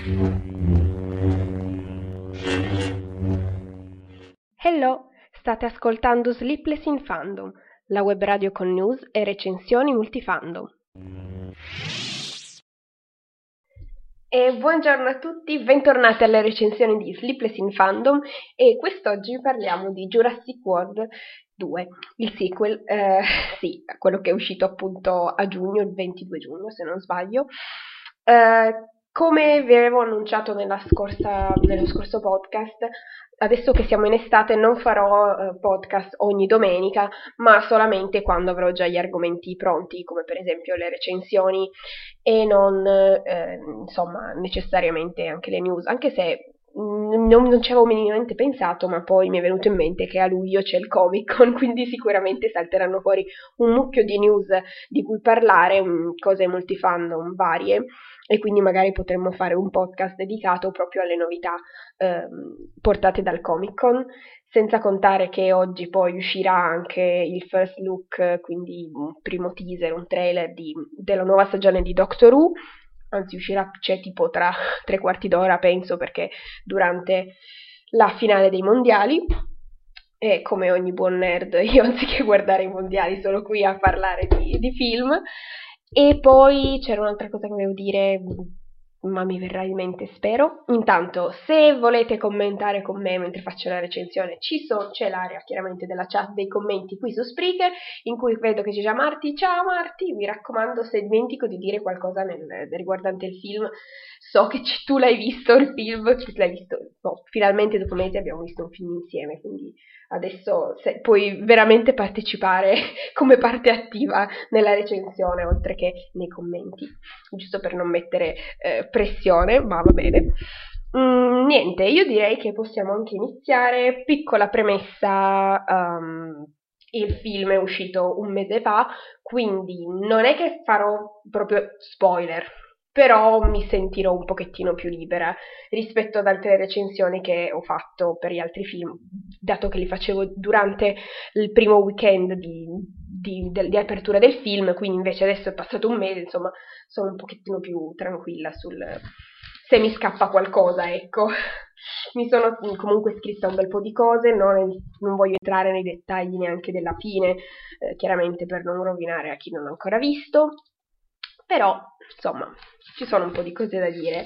Hello, state ascoltando Sleepless in Fandom, la web radio con news e recensioni multifandom. E buongiorno a tutti, bentornati alle recensioni di Sleepless in Fandom e quest'oggi parliamo di Jurassic World 2, il sequel, sì, quello che è uscito appunto a giugno, il 22 giugno se non sbaglio. Come vi avevo annunciato nello scorso podcast, adesso che siamo in estate non farò podcast ogni domenica, ma solamente quando avrò già gli argomenti pronti, come per esempio le recensioni e non insomma necessariamente anche le news, anche se non ci avevo minimamente pensato, ma poi mi è venuto in mente che a luglio c'è il Comic Con, quindi sicuramente salteranno fuori un mucchio di news di cui parlare, cose multifandom varie, e quindi magari potremmo fare un podcast dedicato proprio alle novità portate dal Comic Con, senza contare che oggi poi uscirà anche il first look, quindi un primo teaser, un trailer della nuova stagione di Doctor Who. Anzi c'è tipo tra 3/4 d'ora penso, perché durante la finale dei mondiali, e come ogni buon nerd io anziché guardare i mondiali sono qui a parlare di film. E poi c'era un'altra cosa che volevo dire, ma mi verrà in mente spero. Intanto, se volete commentare con me mentre faccio la recensione, c'è l'area chiaramente della chat dei commenti qui su Spreaker, in cui vedo che c'è già Marti. Ciao Marti, mi raccomando, se dimentico di dire qualcosa riguardante il film, so che tu l'hai visto il film, l'hai visto, no, finalmente dopo mesi abbiamo visto un film insieme, quindi adesso puoi veramente partecipare come parte attiva nella recensione, oltre che nei commenti, giusto per non mettere pressione, ma va bene. Niente, io direi che possiamo anche iniziare. Piccola premessa, il film è uscito un mese fa, quindi non è che farò proprio spoiler, però mi sentirò un pochettino più libera rispetto ad altre recensioni che ho fatto per gli altri film, dato che li facevo durante il primo weekend di apertura del film, quindi invece adesso è passato un mese, insomma, sono un pochettino più tranquilla se mi scappa qualcosa, ecco. Mi sono comunque scritta un bel po' di cose, non voglio entrare nei dettagli neanche della fine, chiaramente per non rovinare a chi non l'ha ancora visto, però insomma ci sono un po' di cose da dire.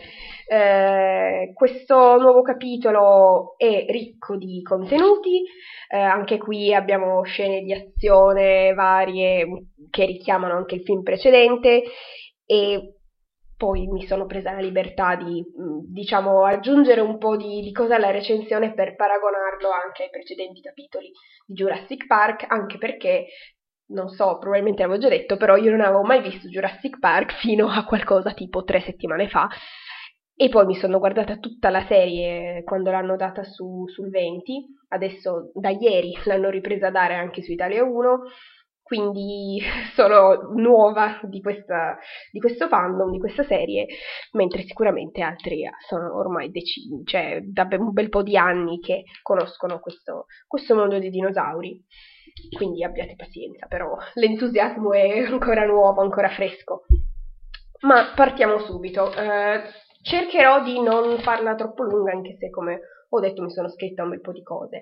Questo nuovo capitolo è ricco di contenuti, anche qui abbiamo scene di azione varie che richiamano anche il film precedente, e poi mi sono presa la libertà di, diciamo, aggiungere un po' di cosa alla recensione per paragonarlo anche ai precedenti capitoli di Jurassic Park, anche perché, non so, probabilmente l'avevo già detto, però io non avevo mai visto Jurassic Park fino a qualcosa tipo 3 settimane fa, e poi mi sono guardata tutta la serie quando l'hanno data sul 20, adesso da ieri l'hanno ripresa a dare anche su Italia 1, quindi sono nuova di questo fandom, di questa serie, mentre sicuramente altri sono ormai cioè da un bel po' di anni che conoscono questo mondo di dinosauri. Quindi abbiate pazienza, però l'entusiasmo è ancora nuovo, ancora fresco. Ma partiamo subito. Cercherò di non farla troppo lunga, anche se, come ho detto, mi sono scritta un bel po' di cose.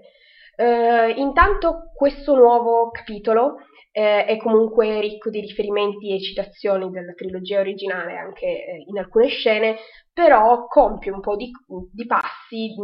Intanto questo nuovo capitolo è comunque ricco di riferimenti e citazioni della trilogia originale, anche in alcune scene, però compie un po' di passi,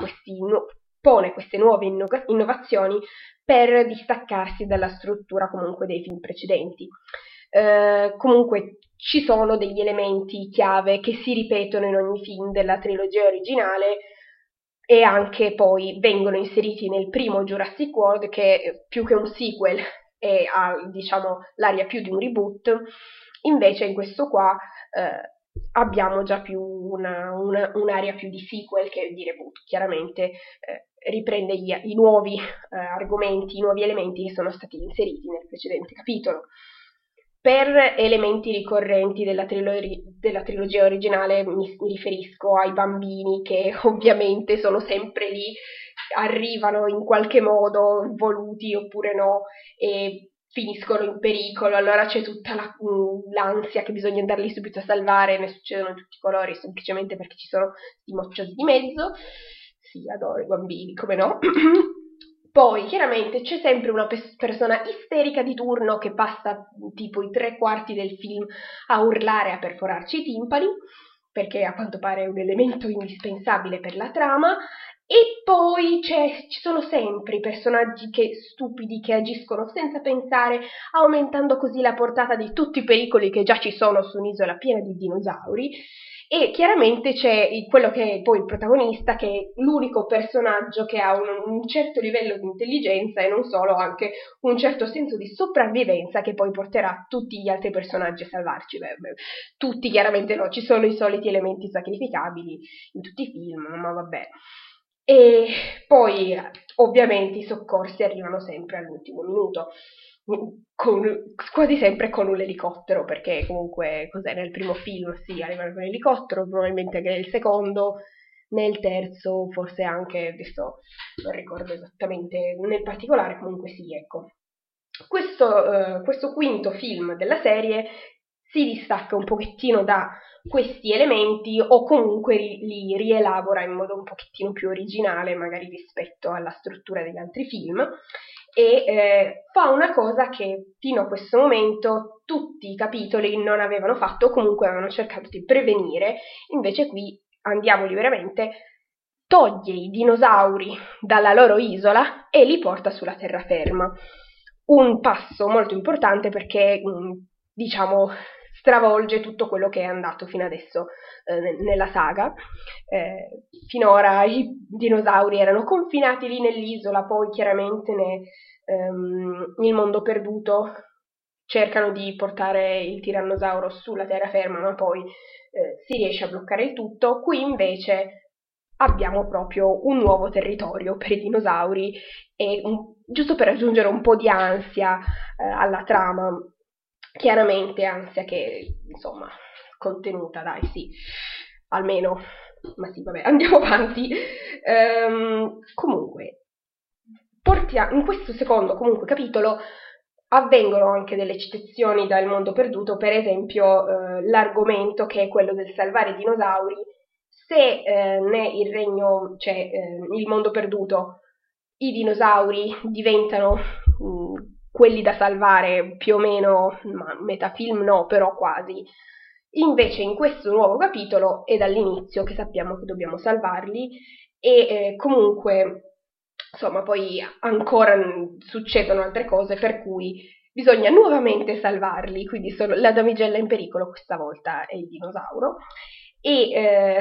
pone queste nuove innovazioni per distaccarsi dalla struttura comunque dei film precedenti. Comunque ci sono degli elementi chiave che si ripetono in ogni film della trilogia originale e anche poi vengono inseriti nel primo Jurassic World, che più che un sequel ha, diciamo, l'aria più di un reboot. Invece in questo qua abbiamo già più un'area più di sequel che di reboot. Chiaramente riprende i nuovi argomenti, i nuovi elementi che sono stati inseriti nel precedente capitolo. Per elementi ricorrenti della trilogia originale mi riferisco ai bambini che ovviamente sono sempre lì, arrivano in qualche modo, voluti oppure no, e finiscono in pericolo, allora c'è tutta l'ansia che bisogna andarli subito a salvare, ne succedono in tutti i colori semplicemente perché ci sono i mocciosi di mezzo. Sì, adoro i bambini, come no? Poi chiaramente c'è sempre una persona isterica di turno che passa tipo i 3/4 del film a urlare, a perforarci i timpani, perché a quanto pare è un elemento indispensabile per la trama. E poi ci sono sempre i personaggi stupidi che agiscono senza pensare, aumentando così la portata di tutti i pericoli che già ci sono su un'isola piena di dinosauri. E chiaramente c'è quello che è poi il protagonista, che è l'unico personaggio che ha un certo livello di intelligenza e non solo, anche un certo senso di sopravvivenza che poi porterà tutti gli altri personaggi a salvarci. Tutti chiaramente no, ci sono i soliti elementi sacrificabili in tutti i film, ma vabbè. E poi ovviamente i soccorsi arrivano sempre all'ultimo minuto, quasi sempre con un elicottero, perché comunque cos'è, nel primo film sì, arrivano con l'elicottero, probabilmente anche nel secondo, nel terzo forse anche, adesso non ricordo esattamente nel particolare, comunque sì, ecco. Questo quinto film della serie si distacca un pochettino da questi elementi o comunque li rielabora in modo un pochettino più originale magari rispetto alla struttura degli altri film e fa una cosa che fino a questo momento tutti i capitoli non avevano fatto o comunque avevano cercato di prevenire. Invece qui andiamo veramente, toglie i dinosauri dalla loro isola e li porta sulla terraferma. Un passo molto importante perché diciamo stravolge tutto quello che è andato fino adesso nella saga. Finora i dinosauri erano confinati lì nell'isola, poi chiaramente nel mondo perduto cercano di portare il tirannosauro sulla terraferma, ma poi si riesce a bloccare il tutto. Qui invece abbiamo proprio un nuovo territorio per i dinosauri e giusto per aggiungere un po' di ansia alla trama, chiaramente ansia che insomma contenuta, dai, sì, almeno, ma sì, vabbè, andiamo avanti. Comunque, in questo secondo comunque capitolo avvengono anche delle citazioni dal mondo perduto, per esempio l'argomento che è quello del salvare i dinosauri. Se nel regno, cioè il mondo perduto, i dinosauri diventano quelli da salvare più o meno, ma metafilm no, però quasi. Invece in questo nuovo capitolo è dall'inizio che sappiamo che dobbiamo salvarli e comunque insomma poi ancora succedono altre cose per cui bisogna nuovamente salvarli, quindi la damigella in pericolo questa volta è il dinosauro e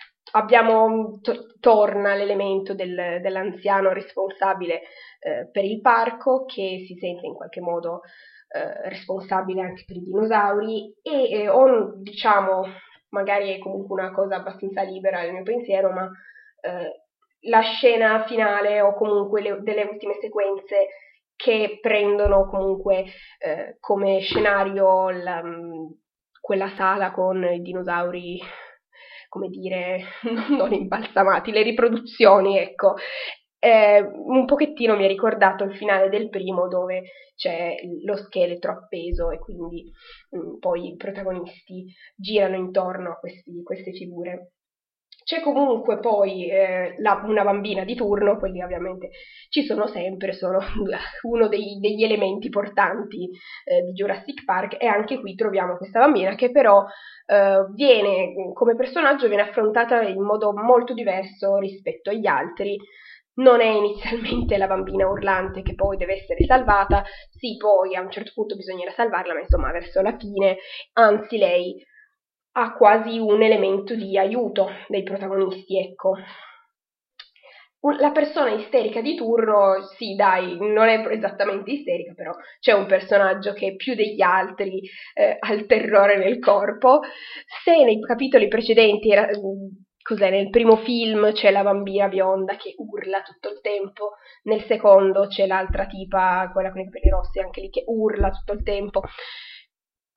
torna l'elemento dell'anziano responsabile per il parco che si sente in qualche modo responsabile anche per i dinosauri e diciamo, magari è comunque una cosa abbastanza libera il mio pensiero, ma la scena finale o comunque delle ultime sequenze che prendono comunque come scenario quella sala con i dinosauri, come dire, non imbalsamati, le riproduzioni, ecco. Un pochettino mi ha ricordato il finale del primo dove c'è lo scheletro appeso e quindi poi i protagonisti girano intorno a queste figure. C'è comunque poi una bambina di turno, quelli ovviamente ci sono sempre, sono uno degli elementi portanti di Jurassic Park e anche qui troviamo questa bambina che però come personaggio viene affrontata in modo molto diverso rispetto agli altri. Non è inizialmente la bambina urlante che poi deve essere salvata, sì, poi a un certo punto bisognerà salvarla, ma insomma verso la fine, anzi lei ha quasi un elemento di aiuto dei protagonisti, ecco. La persona isterica di turno, sì dai, non è esattamente isterica, però c'è un personaggio che più degli altri ha il terrore nel corpo. Se nei capitoli precedenti nel primo film c'è la bambina bionda che urla tutto il tempo, nel secondo c'è l'altra tipa, quella con i capelli rossi, anche lì che urla tutto il tempo.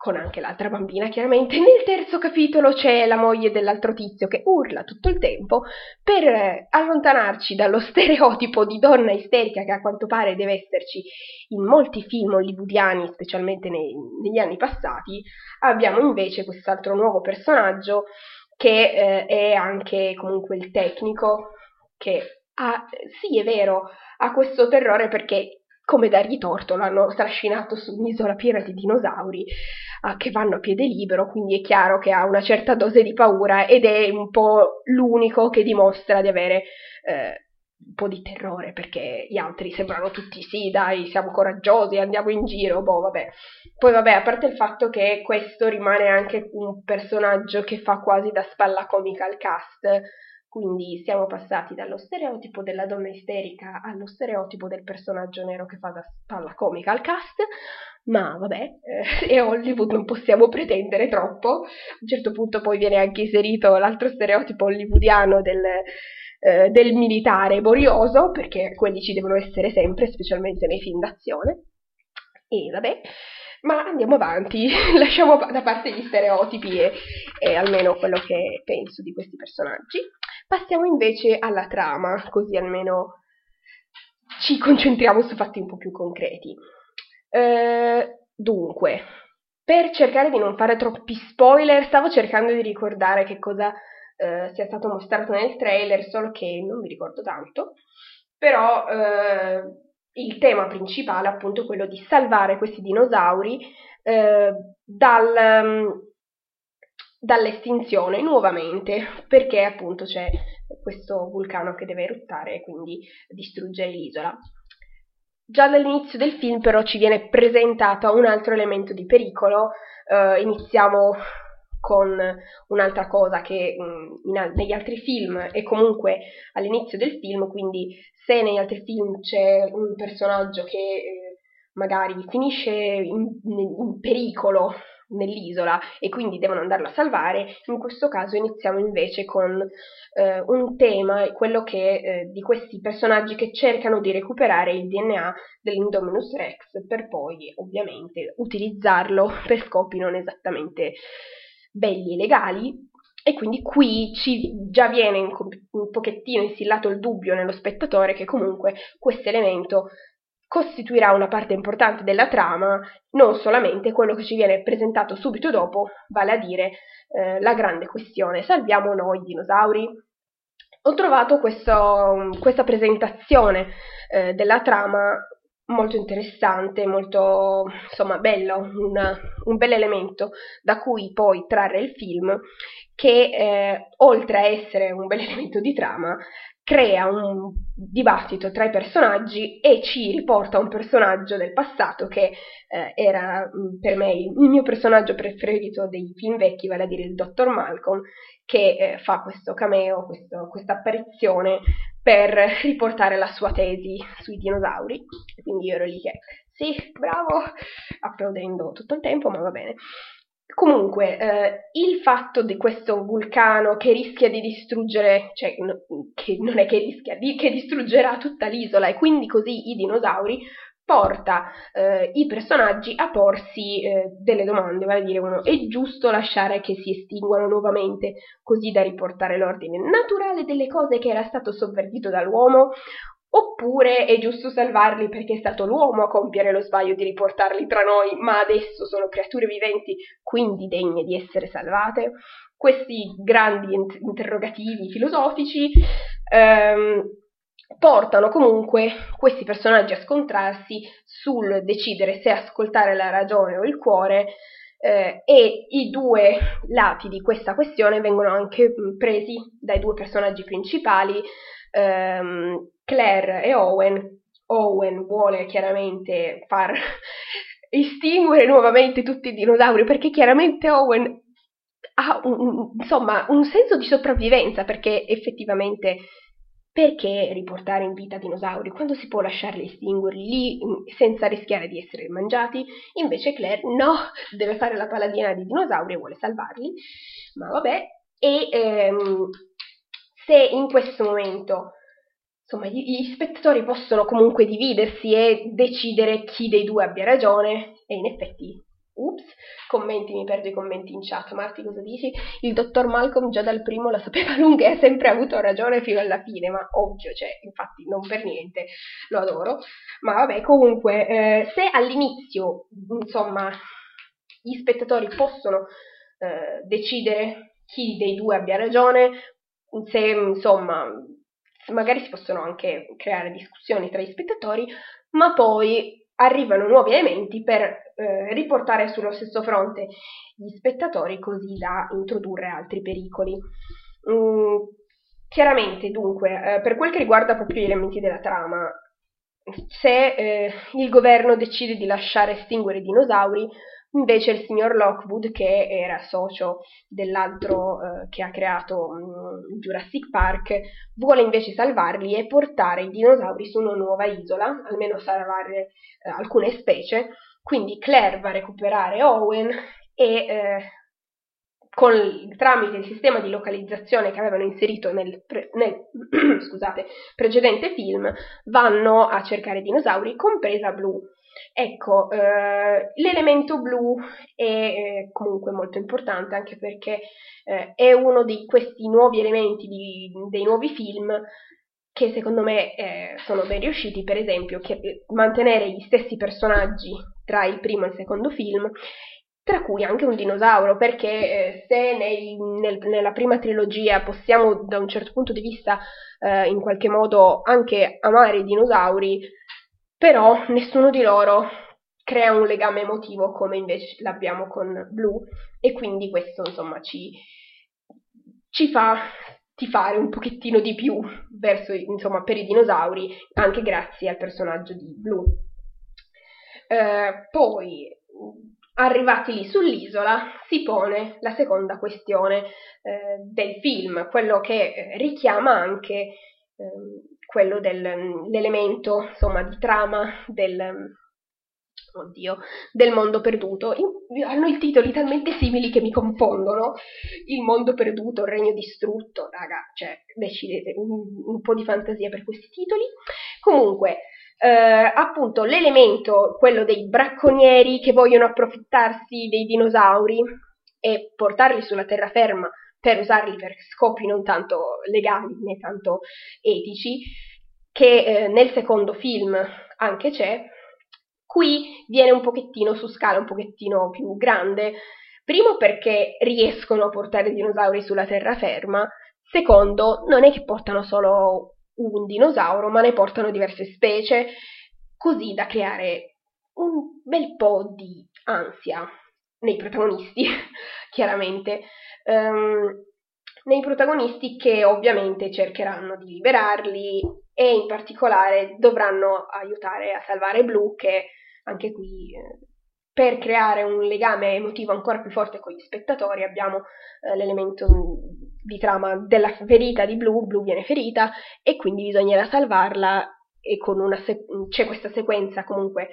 con anche l'altra bambina chiaramente. Nel terzo capitolo c'è la moglie dell'altro tizio che urla tutto il tempo per allontanarci dallo stereotipo di donna isterica che a quanto pare deve esserci in molti film hollywoodiani, specialmente negli anni passati. Abbiamo invece quest'altro nuovo personaggio che è anche comunque il tecnico, che sì, è vero, ha questo terrore perché, come dargli torto, l'hanno trascinato su un'isola piena di dinosauri che vanno a piede libero, quindi è chiaro che ha una certa dose di paura ed è un po' l'unico che dimostra di avere un po' di terrore, perché gli altri sembrano tutti sì, dai, siamo coraggiosi, andiamo in giro, boh, vabbè. Poi vabbè, a parte il fatto che questo rimane anche un personaggio che fa quasi da spalla comica al cast, quindi siamo passati dallo stereotipo della donna isterica allo stereotipo del personaggio nero che fa da spalla comica al cast, ma vabbè, è Hollywood, non possiamo pretendere troppo. A un certo punto poi viene anche inserito l'altro stereotipo hollywoodiano del militare borioso, perché quelli ci devono essere sempre, specialmente nei film d'azione. E vabbè, ma andiamo avanti, lasciamo da parte gli stereotipi e almeno quello che penso di questi personaggi. Passiamo invece alla trama, così almeno ci concentriamo su fatti un po' più concreti. Dunque, per cercare di non fare troppi spoiler, stavo cercando di ricordare che cosa sia stato mostrato nel trailer, solo che non mi ricordo tanto, però il tema principale è appunto quello di salvare questi dinosauri dall'estinzione nuovamente, perché appunto c'è questo vulcano che deve eruttare e quindi distruggere l'isola. Già dall'inizio del film però ci viene presentato un altro elemento di pericolo. Iniziamo con un'altra cosa che negli altri film è comunque all'inizio del film, quindi se negli altri film c'è un personaggio che magari finisce in pericolo nell'isola e quindi devono andarlo a salvare, in questo caso iniziamo invece con un tema, quello che di questi personaggi che cercano di recuperare il DNA dell'Indominus Rex per poi ovviamente utilizzarlo per scopi non esattamente belli e legali. E quindi qui già viene un pochettino instillato il dubbio nello spettatore che comunque questo elemento costituirà una parte importante della trama, non solamente quello che ci viene presentato subito dopo, vale a dire la grande questione: salviamo noi i dinosauri? Ho trovato questa presentazione della trama molto interessante, molto insomma bello, un bel elemento da cui poi trarre il film, che oltre a essere un bel elemento di trama crea un dibattito tra i personaggi e ci riporta un personaggio del passato che era per me il mio personaggio preferito dei film vecchi, vale a dire il Dottor Malcolm, che fa questo cameo, questa apparizione per riportare la sua tesi sui dinosauri. Quindi io ero lì che sì, bravo, applaudendo tutto il tempo, ma va bene. Comunque, il fatto di questo vulcano che rischia di distruggere, cioè che non è che rischia, che distruggerà tutta l'isola e quindi così i dinosauri, porta i personaggi a porsi delle domande, vale a dire uno: è giusto lasciare che si estinguano nuovamente così da riportare l'ordine naturale delle cose che era stato sovvertito dall'uomo? Oppure è giusto salvarli perché è stato l'uomo a compiere lo sbaglio di riportarli tra noi, ma adesso sono creature viventi, quindi degne di essere salvate? Questi grandi interrogativi filosofici portano comunque questi personaggi a scontrarsi sul decidere se ascoltare la ragione o il cuore, e i due lati di questa questione vengono anche presi dai due personaggi principali, Claire e Owen. Owen vuole chiaramente far estinguere nuovamente tutti i dinosauri perché chiaramente Owen ha insomma un senso di sopravvivenza, perché effettivamente perché riportare in vita dinosauri quando si può lasciarli estinguerli lì senza rischiare di essere mangiati? Invece Claire no, deve fare la paladina di dinosauri e vuole salvarli, ma vabbè. E se in questo momento insomma gli spettatori possono comunque dividersi e decidere chi dei due abbia ragione, e in effetti Ups, commenti, mi perdo i commenti in chat. Marti, cosa dici? Il dottor Malcolm già dal primo la sapeva lunga e ha sempre avuto ragione fino alla fine, ma ovvio, cioè, infatti non per niente lo adoro. Ma vabbè, comunque, se all'inizio, insomma, gli spettatori possono decidere chi dei due abbia ragione, se insomma magari si possono anche creare discussioni tra gli spettatori, ma poi arrivano nuovi elementi per riportare sullo stesso fronte gli spettatori così da introdurre altri pericoli. Chiaramente, dunque, per quel che riguarda proprio gli elementi della trama, se il governo decide di lasciare estinguere i dinosauri, invece il signor Lockwood, che era socio dell'altro che ha creato Jurassic Park, vuole invece salvarli e portare i dinosauri su una nuova isola, almeno salvare alcune specie. Quindi Claire va a recuperare Owen e tramite il sistema di localizzazione che avevano inserito nel scusate, precedente film, vanno a cercare dinosauri, compresa Blue. Ecco, l'elemento blu è comunque molto importante, anche perché è uno di questi nuovi elementi dei nuovi film che secondo me sono ben riusciti. Per esempio, mantenere gli stessi personaggi tra il primo e il secondo film, tra cui anche un dinosauro, perché se nella prima trilogia possiamo da un certo punto di vista in qualche modo anche amare i dinosauri, però nessuno di loro crea un legame emotivo come invece l'abbiamo con Blue, e quindi questo insomma ci fa tifare un pochettino di più verso, insomma, per i dinosauri, anche grazie al personaggio di Blue. Poi, arrivati lì sull'isola, si pone la seconda questione del film, quello che richiama anche quello dell'elemento, insomma, di trama del mondo perduto. Hanno i titoli talmente simili che mi confondono. Il mondo perduto, il regno distrutto, raga, cioè decidete, un po' di fantasia per questi titoli. Comunque, appunto, l'elemento, quello dei bracconieri che vogliono approfittarsi dei dinosauri e portarli sulla terraferma per usarli per scopi non tanto legali né tanto etici, che nel secondo film anche c'è. Qui viene un pochettino su scala un pochettino più grande, primo perché riescono a portare i dinosauri sulla terraferma, secondo non è che portano solo un dinosauro, ma ne portano diverse specie, così da creare un bel po' di ansia nei protagonisti, chiaramente. Nei protagonisti che ovviamente cercheranno di liberarli e in particolare dovranno aiutare a salvare Blue, che anche qui per creare un legame emotivo ancora più forte con gli spettatori abbiamo l'elemento di trama della ferita di Blue. Blue viene ferita e quindi bisognerà salvarla, e c'è questa sequenza comunque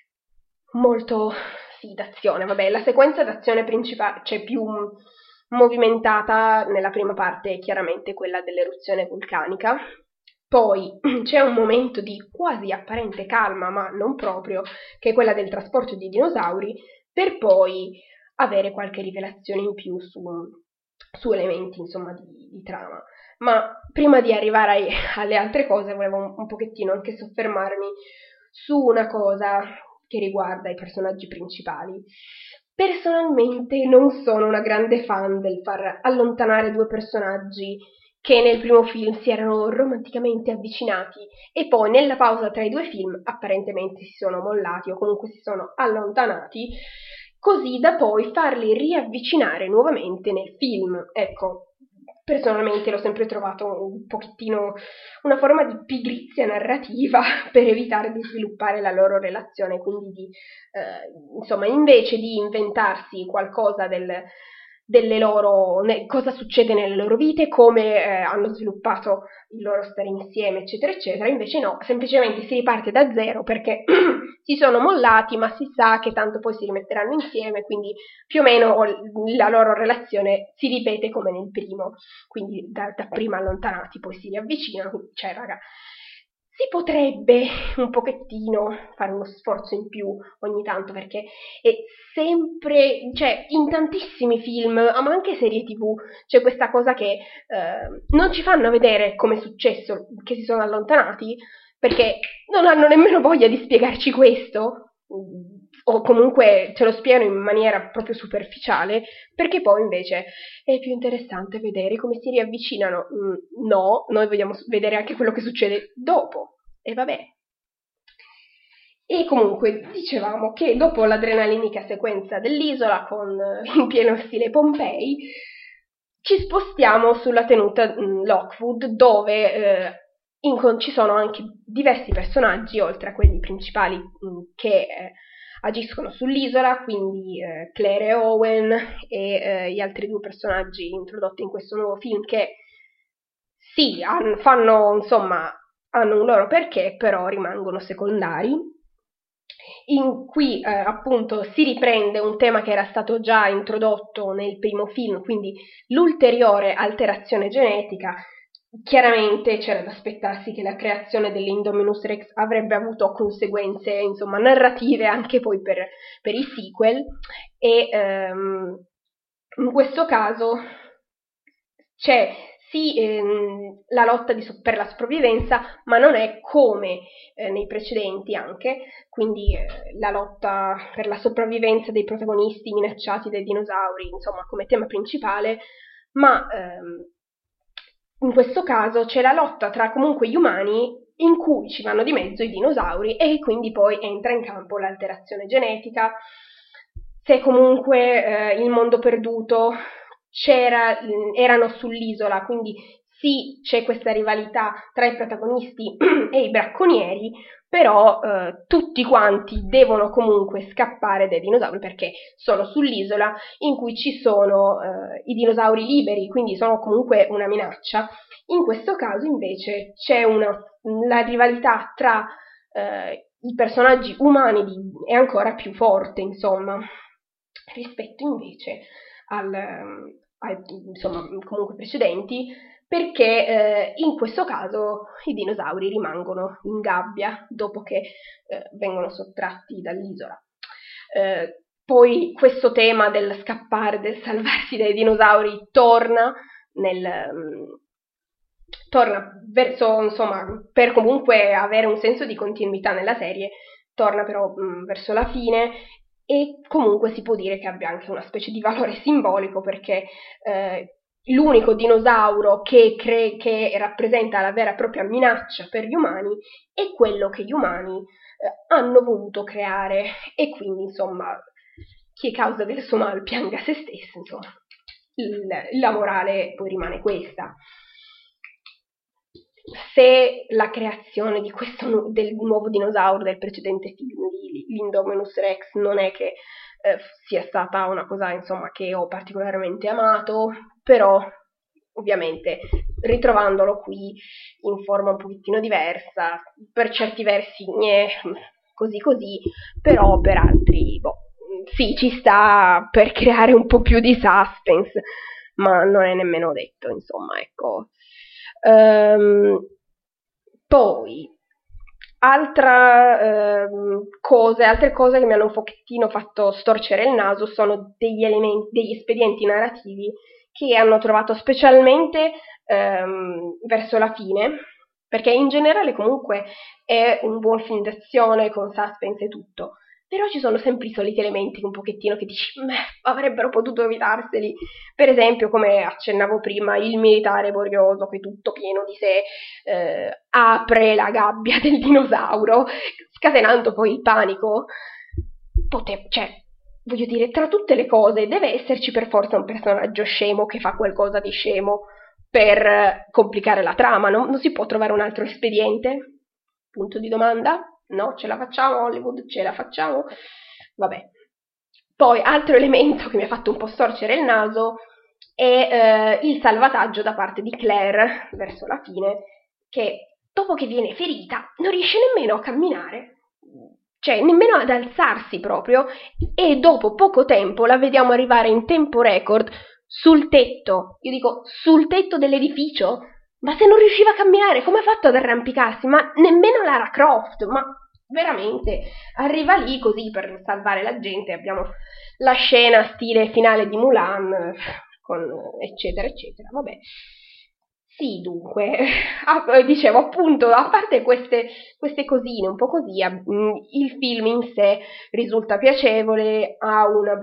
molto d'azione. Vabbè, la sequenza d'azione principale, cioè più movimentata nella prima parte, è chiaramente quella dell'eruzione vulcanica. Poi c'è un momento di quasi apparente calma, ma non proprio, che è quella del trasporto di dinosauri, per poi avere qualche rivelazione in più su elementi, insomma, di trama. Ma prima di arrivare alle altre cose volevo un pochettino anche soffermarmi su una cosa che riguarda i personaggi principali. Personalmente non sono una grande fan del far allontanare due personaggi che nel primo film si erano romanticamente avvicinati e poi nella pausa tra i due film apparentemente si sono mollati o comunque si sono allontanati, così da poi farli riavvicinare nuovamente nel film. Ecco, personalmente l'ho sempre trovato un pochettino una forma di pigrizia narrativa per evitare di sviluppare la loro relazione, quindi insomma, invece di inventarsi qualcosa delle loro, cosa succede nelle loro vite, come hanno sviluppato il loro stare insieme, eccetera, eccetera, invece no, semplicemente si riparte da zero perché si sono mollati, ma si sa che tanto poi si rimetteranno insieme, quindi più o meno la loro relazione si ripete come nel primo, quindi da prima allontanati poi si riavvicinano, cioè raga, si potrebbe un pochettino fare uno sforzo in più ogni tanto, perché è sempre, cioè in tantissimi film, ma anche serie TV, c'è questa cosa che non ci fanno vedere come è successo, che si sono allontanati, perché non hanno nemmeno voglia di spiegarci questo, o comunque ce lo spiegano in maniera proprio superficiale, perché poi invece è più interessante vedere come si riavvicinano. No, noi vogliamo vedere anche quello che succede dopo. E vabbè. E comunque dicevamo che dopo l'adrenalinica sequenza dell'isola con in pieno stile Pompei, ci spostiamo sulla tenuta Lockwood, dove ci sono anche diversi personaggi, oltre a quelli principali che agiscono sull'isola, quindi Claire e Owen e gli altri due personaggi introdotti in questo nuovo film che sì, fanno hanno un loro perché, però rimangono secondari. In cui appunto si riprende un tema che era stato già introdotto nel primo film, quindi l'ulteriore alterazione genetica. Chiaramente c'era da aspettarsi che la creazione dell'Indominus Rex avrebbe avuto conseguenze, narrative anche poi per i sequel, e in questo caso c'è sì la lotta per la sopravvivenza, ma non è come nei precedenti anche, quindi la lotta per la sopravvivenza dei protagonisti minacciati dai dinosauri, come tema principale, ma in questo caso c'è la lotta tra comunque gli umani in cui ci vanno di mezzo i dinosauri e quindi poi entra in campo l'alterazione genetica. Se comunque il mondo perduto erano sull'isola, quindi sì, c'è questa rivalità tra i protagonisti e i bracconieri, però tutti quanti devono comunque scappare dai dinosauri perché sono sull'isola in cui ci sono i dinosauri liberi, quindi sono comunque una minaccia. In questo caso invece c'è la rivalità tra i personaggi umani è ancora più forte, rispetto invece comunque precedenti, perché in questo caso i dinosauri rimangono in gabbia dopo che vengono sottratti dall'isola. Poi questo tema del scappare, del salvarsi dai dinosauri torna verso, per comunque avere un senso di continuità nella serie, torna però verso la fine, e comunque si può dire che abbia anche una specie di valore simbolico, perché l'unico dinosauro che rappresenta la vera e propria minaccia per gli umani è quello che gli umani hanno voluto creare, e quindi chi è causa del suo male pianga se stesso, la morale poi rimane questa. Se la creazione del nuovo dinosauro del precedente film, l'Indominus Rex, non è che sia stata una cosa che ho particolarmente amato, però ovviamente ritrovandolo qui in forma un pochettino diversa, per certi versi così, però per altri sì, ci sta per creare un po' più di suspense, ma non è nemmeno detto, ecco. Poi altre cose che mi hanno un pochettino fatto storcere il naso sono degli espedienti narrativi che hanno trovato specialmente verso la fine, perché in generale comunque è un buon film d'azione con suspense e tutto, però ci sono sempre i soliti elementi un pochettino che dici, avrebbero potuto evitarseli. Per esempio, come accennavo prima, il militare borioso che tutto pieno di sé apre la gabbia del dinosauro, scatenando poi il panico. Voglio dire, tra tutte le cose deve esserci per forza un personaggio scemo che fa qualcosa di scemo per complicare la trama, non si può trovare un altro espediente? Punto di domanda? No, ce la facciamo Hollywood? Ce la facciamo? Vabbè. Poi, altro elemento che mi ha fatto un po' storcere il naso è il salvataggio da parte di Claire verso la fine, che dopo che viene ferita non riesce nemmeno a camminare, cioè nemmeno ad alzarsi proprio, e dopo poco tempo la vediamo arrivare in tempo record sul tetto, io dico sul tetto dell'edificio, Ma se non riusciva a camminare, come ha fatto ad arrampicarsi? Ma nemmeno Lara Croft, ma veramente arriva lì così per salvare la gente. Abbiamo la scena stile finale di Mulan, con eccetera eccetera. Vabbè. Sì, dunque, dicevo appunto, a parte queste cosine un po' così, il film in sé risulta piacevole, ha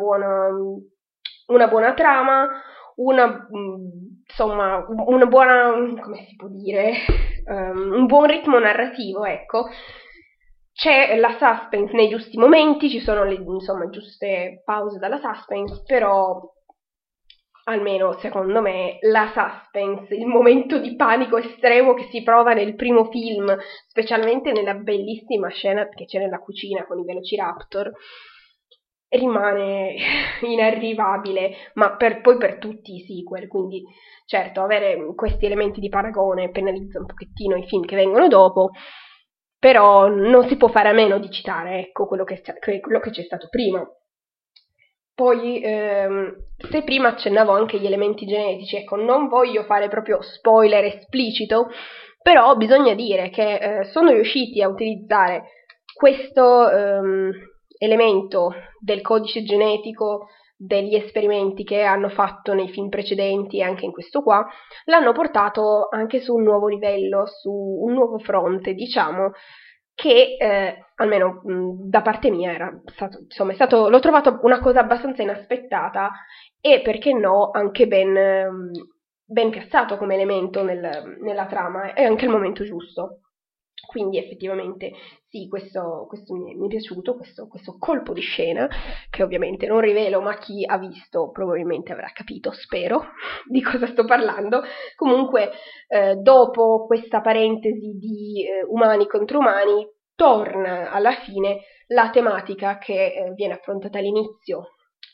una buona trama, insomma, una buona, come si può dire, un buon ritmo narrativo, ecco. C'è la suspense nei giusti momenti, ci sono le, insomma, giuste pause dalla suspense, però almeno secondo me la suspense, il momento di panico estremo che si prova nel primo film, specialmente nella bellissima scena che c'è nella cucina con i Velociraptor, rimane inarrivabile, ma poi per tutti i sequel, quindi certo avere questi elementi di paragone penalizza un pochettino i film che vengono dopo, però non si può fare a meno di citare, ecco, quello che c'è stato prima. Poi, se prima accennavo anche agli elementi genetici, ecco, non voglio fare proprio spoiler esplicito, però bisogna dire che sono riusciti a utilizzare questo elemento del codice genetico degli esperimenti che hanno fatto nei film precedenti e anche in questo qua, l'hanno portato anche su un nuovo livello, su un nuovo fronte, diciamo, che almeno da parte mia era stato, insomma, l'ho trovato una cosa abbastanza inaspettata e perché no anche ben piazzato come elemento nella trama e anche al momento giusto. Quindi effettivamente sì, questo mi è piaciuto, questo colpo di scena, che ovviamente non rivelo, ma chi ha visto probabilmente avrà capito, spero, di cosa sto parlando. Comunque, dopo questa parentesi di umani contro umani, torna alla fine la tematica che viene affrontata all'inizio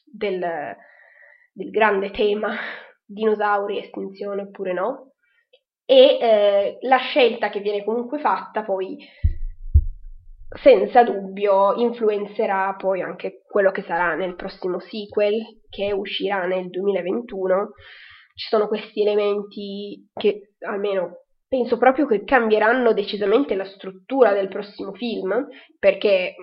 del grande tema dinosauri, estinzione oppure no, e la scelta che viene comunque fatta poi senza dubbio influenzerà poi anche quello che sarà nel prossimo sequel che uscirà nel 2021. Ci sono questi elementi che almeno penso proprio che cambieranno decisamente la struttura del prossimo film, perché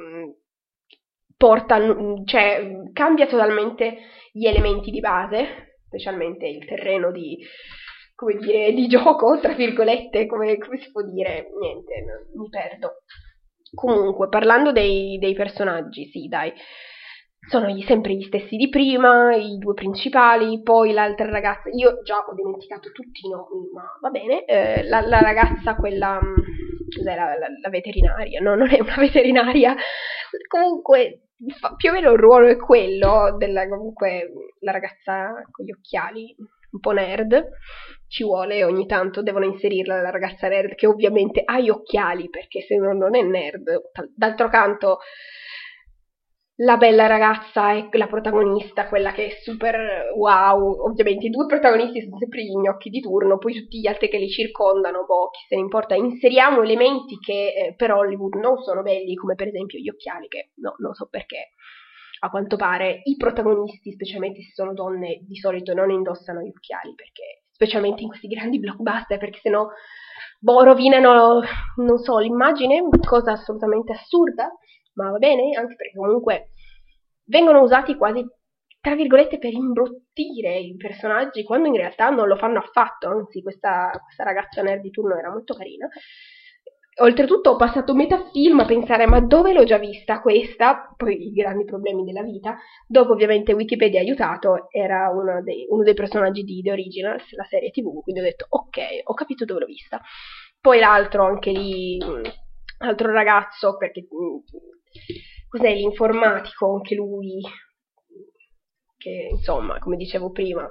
cambia totalmente gli elementi di base, specialmente il terreno come dire, di gioco, tra virgolette, come si può dire, niente, mi perdo. Comunque, parlando dei personaggi, sì, dai, sono sempre gli stessi di prima, i due principali, poi l'altra ragazza, io già ho dimenticato tutti i nomi, ma va bene, la ragazza, quella, cos'è, la veterinaria, no, non è una veterinaria, comunque più o meno il ruolo è quello comunque la ragazza con gli occhiali, un po' nerd, ci vuole ogni tanto, devono inserirla la ragazza nerd che ovviamente ha gli occhiali perché se no non è nerd. D'altro canto la bella ragazza è la protagonista, quella che è super wow, ovviamente i due protagonisti sono sempre gli gnocchi di turno, poi tutti gli altri che li circondano, boh, chi se ne importa, inseriamo elementi che per Hollywood non sono belli, come per esempio gli occhiali, che no, non so perché, a quanto pare i protagonisti, specialmente se sono donne, di solito non indossano gli occhiali, perché specialmente in questi grandi blockbuster, perché sennò boh, rovinano, non so, l'immagine, cosa assolutamente assurda, ma va bene, anche perché comunque vengono usati quasi, tra virgolette, per imbruttire i personaggi, quando in realtà non lo fanno affatto, anzi questa ragazza nerd di turno era molto carina. Oltretutto ho passato metà film a pensare ma dove l'ho già vista questa, poi i grandi problemi della vita, dopo ovviamente Wikipedia ha aiutato, era uno dei personaggi di The Originals, la serie TV, quindi ho detto ok, ho capito dove l'ho vista. Poi l'altro, anche lì, altro ragazzo, perché cos'è l'informatico, anche lui, che insomma, come dicevo prima,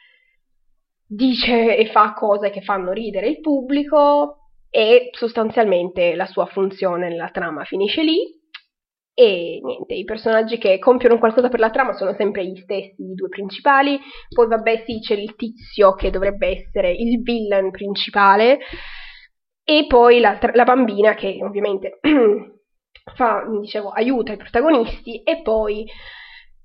dice e fa cose che fanno ridere il pubblico e sostanzialmente la sua funzione nella trama finisce lì e niente, i personaggi che compiono qualcosa per la trama sono sempre gli stessi, i due principali, poi vabbè sì c'è il tizio che dovrebbe essere il villain principale e poi la bambina che ovviamente dicevo, aiuta i protagonisti e poi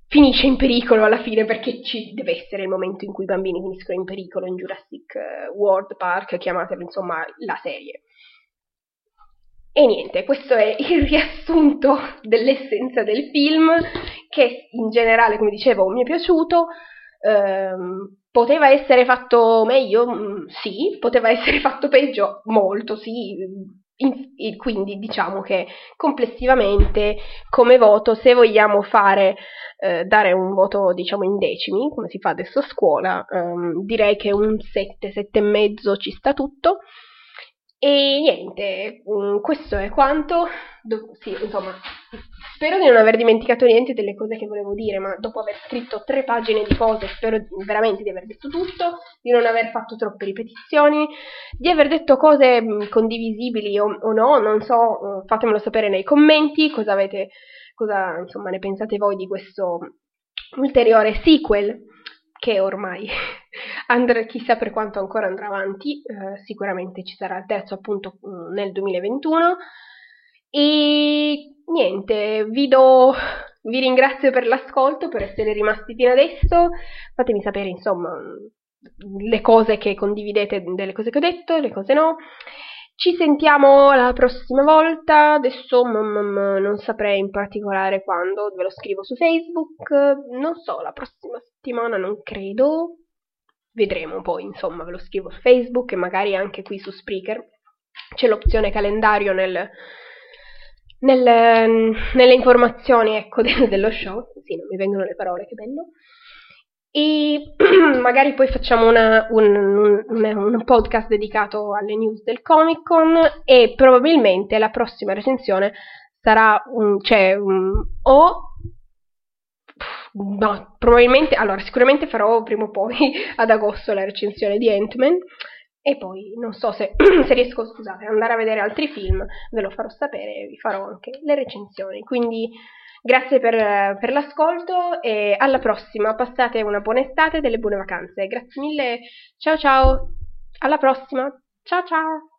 finisce in pericolo alla fine, perché ci deve essere il momento in cui i bambini finiscono in pericolo in Jurassic World Park, chiamatelo insomma la serie. E niente, questo è il riassunto dell'essenza del film, che in generale, come dicevo, mi è piaciuto. Poteva essere fatto meglio? Sì. Poteva essere fatto peggio? Molto, sì. Quindi diciamo che complessivamente come voto, se vogliamo dare un voto diciamo in decimi, come si fa adesso a scuola, direi che un 7, 7 e mezzo ci sta tutto. E niente, questo è quanto. Sì, insomma, spero di non aver dimenticato niente delle cose che volevo dire, ma dopo aver scritto 3 pagine di cose, spero veramente di aver detto tutto, di non aver fatto troppe ripetizioni, di aver detto cose condivisibili o no, non so, fatemelo sapere nei commenti cosa insomma ne pensate voi di questo ulteriore sequel che ormai chissà per quanto ancora andrà avanti, sicuramente ci sarà il terzo appunto nel 2021 e niente, vi ringrazio per l'ascolto, per essere rimasti fino adesso, fatemi sapere insomma le cose che condividete delle cose che ho detto, le cose no. Ci sentiamo la prossima volta, adesso non saprei in particolare quando, ve lo scrivo su Facebook, non so, la prossima settimana non credo, vedremo poi, insomma, ve lo scrivo su Facebook e magari anche qui su Spreaker, c'è l'opzione calendario nelle informazioni, ecco, dello show, sì, non mi vengono le parole, che bello. E magari poi facciamo un podcast dedicato alle news del Comic Con e probabilmente la prossima recensione sarà no, probabilmente, allora sicuramente farò prima o poi ad agosto la recensione di Ant-Man e poi non so se riesco, scusate, ad andare a vedere altri film, ve lo farò sapere e vi farò anche le recensioni, quindi grazie per l'ascolto e alla prossima, passate una buona estate e delle buone vacanze, grazie mille, ciao ciao, alla prossima, ciao ciao!